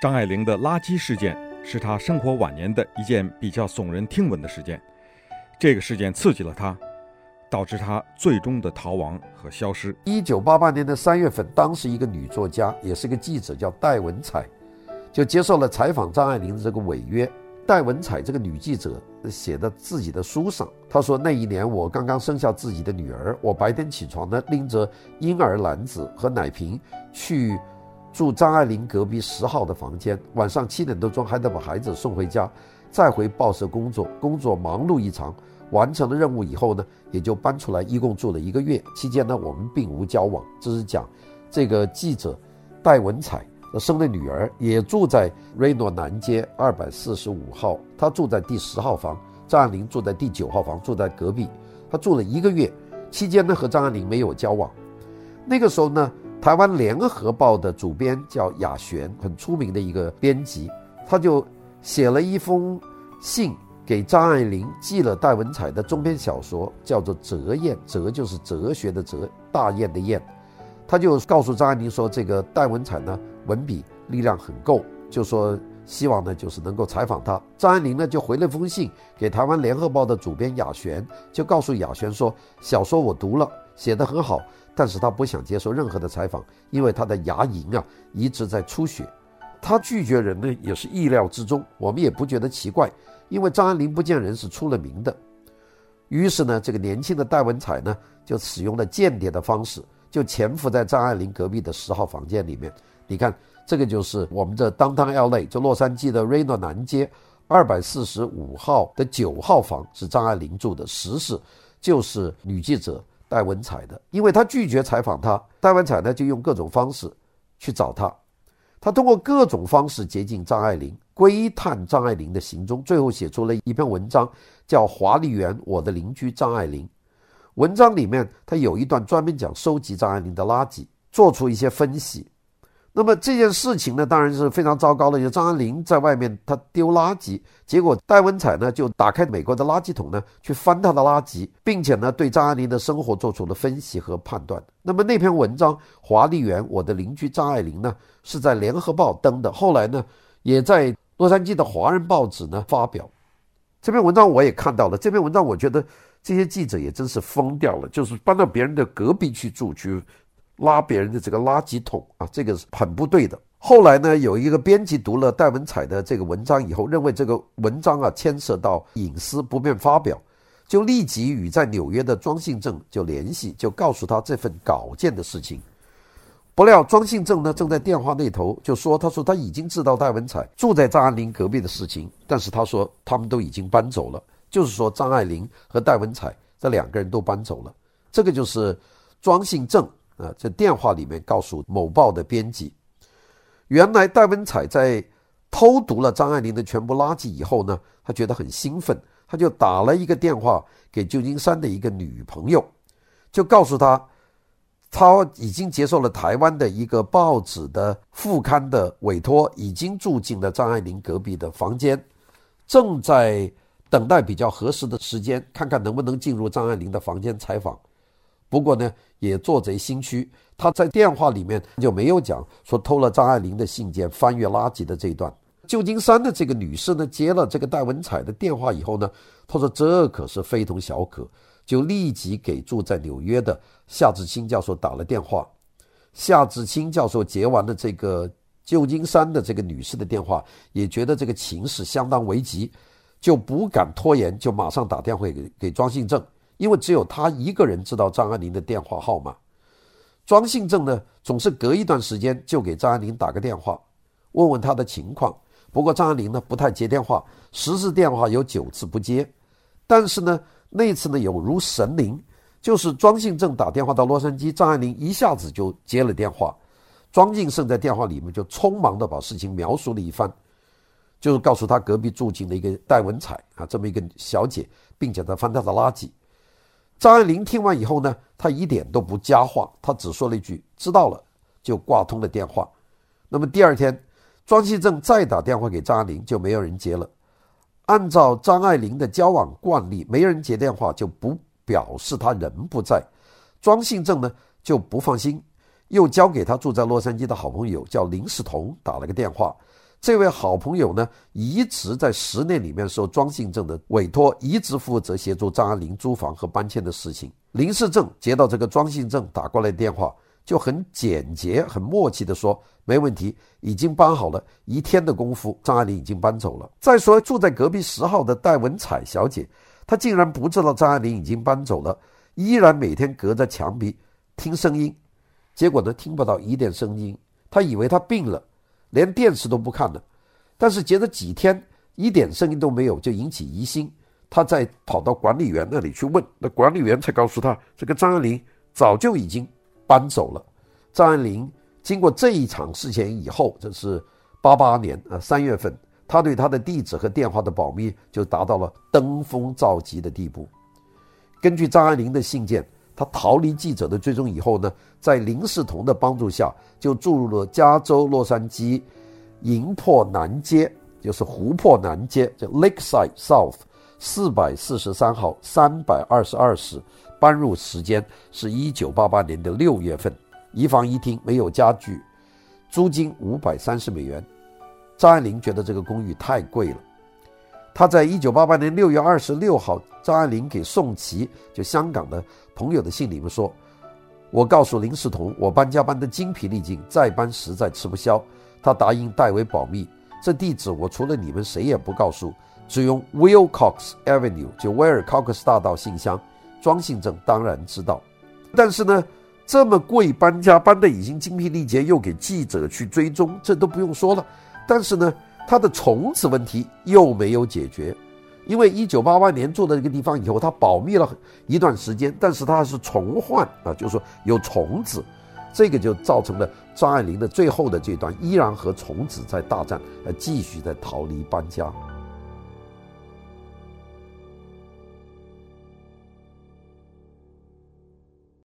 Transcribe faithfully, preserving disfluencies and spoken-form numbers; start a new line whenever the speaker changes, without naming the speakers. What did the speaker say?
张爱玲的垃圾事件是她生活晚年的一件比较耸人听闻的事件，这个事件刺激了她，导致她最终的逃亡和消失。
一九八八年的三月份，当时一个女作家，也是个记者，叫戴文彩，就接受了采访张爱玲的这个违约。戴文彩这个女记者写的自己的书上，她说那一年我刚刚生下自己的女儿，我白天起床呢，拎着婴儿篮子和奶瓶去住张爱玲隔壁十号的房间，晚上七点多钟还得把孩子送回家，再回报社工作，工作忙碌异常。完成了任务以后呢，也就搬出来，一共住了一个月。期间呢，我们并无交往。这是讲这个记者戴文彩生的女儿也住在瑞诺南街二百四十五号，她住在第十号房，张爱玲住在第九号房，住在隔壁。她住了一个月，期间呢和张爱玲没有交往。那个时候呢，台湾联合报的主编叫雅璇，很出名的一个编辑，他就写了一封信给张爱玲，寄了戴文彩的中篇小说，叫做《哲砚》，哲就是哲学的哲，大雁的雁。他就告诉张爱玲说，这个戴文彩呢文笔力量很够，就说希望呢就是能够采访他。张爱玲呢就回了封信给台湾联合报的主编雅璇，就告诉雅璇说，小说我读了，写得很好，但是他不想接受任何的采访，因为他的牙龈啊一直在出血。他拒绝人呢也是意料之中，我们也不觉得奇怪，因为张爱玲不见人是出了名的。于是呢，这个年轻的戴文彩呢就使用了间谍的方式，就潜伏在张爱玲隔壁的十号房间里面。你看，这个就是我们的 Downtown L A， 就洛杉矶的瑞诺南街二百四十五号的九号房是张爱玲住的，实是就是女记者戴文彩的。因为她拒绝采访她，戴文彩呢就用各种方式去找她。他通过各种方式接近张爱玲，窥探张爱玲的行踪，最后写出了一篇文章，叫《华丽园我的邻居张爱玲》。文章里面他有一段专门讲收集张爱玲的垃圾，做出一些分析。那么这件事情呢，当然是非常糟糕的，就张爱玲在外面她丢垃圾，结果戴文彩呢就打开美国的垃圾桶呢去翻她的垃圾，并且呢对张爱玲的生活做出了分析和判断。那么那篇文章《华丽园我的邻居张爱玲》呢是在联合报登的，后来呢也在洛杉矶的华人报纸呢发表。这篇文章我也看到了，这篇文章我觉得这些记者也真是疯掉了，就是搬到别人的隔壁去住，去拉别人的这个垃圾桶啊，这个是很不对的。后来呢，有一个编辑读了戴文彩的这个文章以后，认为这个文章啊牵涉到隐私，不便发表，就立即与在纽约的庄信正就联系，就告诉他这份稿件的事情。不料庄信正呢正在电话那头就说，他说他已经知道戴文彩住在张爱玲隔壁的事情，但是他说他们都已经搬走了，就是说张爱玲和戴文彩这两个人都搬走了。这个就是庄信正啊，在电话里面告诉某报的编辑。原来戴文彩在偷读了张爱玲的全部垃圾以后呢，他觉得很兴奋，他就打了一个电话给旧金山的一个女朋友，就告诉他他已经接受了台湾的一个报纸的副刊的委托，已经住进了张爱玲隔壁的房间，正在等待比较合适的时间，看看能不能进入张爱玲的房间采访。不过呢，也做贼心虚，他在电话里面就没有讲说偷了张爱玲的信件翻阅垃圾的这一段。旧金山的这个女士呢，接了这个戴文彩的电话以后呢，她说这可是非同小可，就立即给住在纽约的夏志清教授打了电话。夏志清教授接完了这个旧金山的这个女士的电话，也觉得这个情势相当危急，就不敢拖延，就马上打电话给给庄信正，因为只有他一个人知道张爱玲的电话号码。庄信正呢，总是隔一段时间就给张爱玲打个电话，问问她的情况。不过张爱玲呢不太接电话，十次电话有九次不接。但是呢，那次呢有如神灵，就是庄信正打电话到洛杉矶，张爱玲一下子就接了电话。庄敬胜在电话里面就匆忙的把事情描述了一番，就是告诉他隔壁住进了一个戴文彩啊，这么一个小姐，并且她翻她的垃圾。张爱玲听完以后呢，她一点都不加话，她只说了一句知道了，就挂通了电话。那么第二天，庄信正再打电话给张爱玲，就没有人接了。按照张爱玲的交往惯例，没人接电话就不表示他人不在。庄信正呢就不放心，又交给他住在洛杉矶的好朋友叫林世彤打了个电话。 这位好朋友呢，一直在十年里面受庄信正的委托，一直负责协助张爱玲租房和搬迁的事情。林世正接到这个庄信正打过来的电话，就很简洁很默契地说，没问题，已经搬好了，一天的功夫张爱玲已经搬走了。再说住在隔壁十号的戴文彩小姐，她竟然不知道张爱玲已经搬走了，依然每天隔着墙壁听声音，结果呢听不到一点声音，她以为她病了，连电视都不看了。但是接着几天一点声音都没有，就引起疑心，她再跑到管理员那里去问，那管理员才告诉她，这个张爱玲早就已经搬走了。张爱玲经过这一场事件以后，这是八八年啊三月份，她对她的地址和电话的保密就达到了登峰造极的地步。根据张爱玲的信件，她逃离记者的追踪以后呢，在林世同的帮助下，就住入了加州洛杉矶银珀南街，就是湖泊南街，叫 Lakeside South 四百四十三号三百二十二室，搬入时间是一九八八年的六月份，一房一厅，没有家具，租金五百三十美元。张爱玲觉得这个公寓太贵了，她在一九八八年六月二十六号，张爱玲给宋琦，就香港的朋友的信里面说，我告诉林世同，我搬家搬得精疲力尽，再搬实在吃不消，他答应代为保密，这地址我除了你们谁也不告诉，只用 Wilcox Avenue 就威尔考克斯大道信箱，庄信正当然知道。但是呢，这么贵搬家搬得已经精疲力竭，又给记者去追踪，这都不用说了。但是呢，他的虫子问题又没有解决，因为一九八八年住的这个地方以后，他保密了一段时间，但是他还是虫患啊，就是说有虫子，这个就造成了张爱玲的最后的这段依然和虫子在大战，呃，继续在逃离搬家。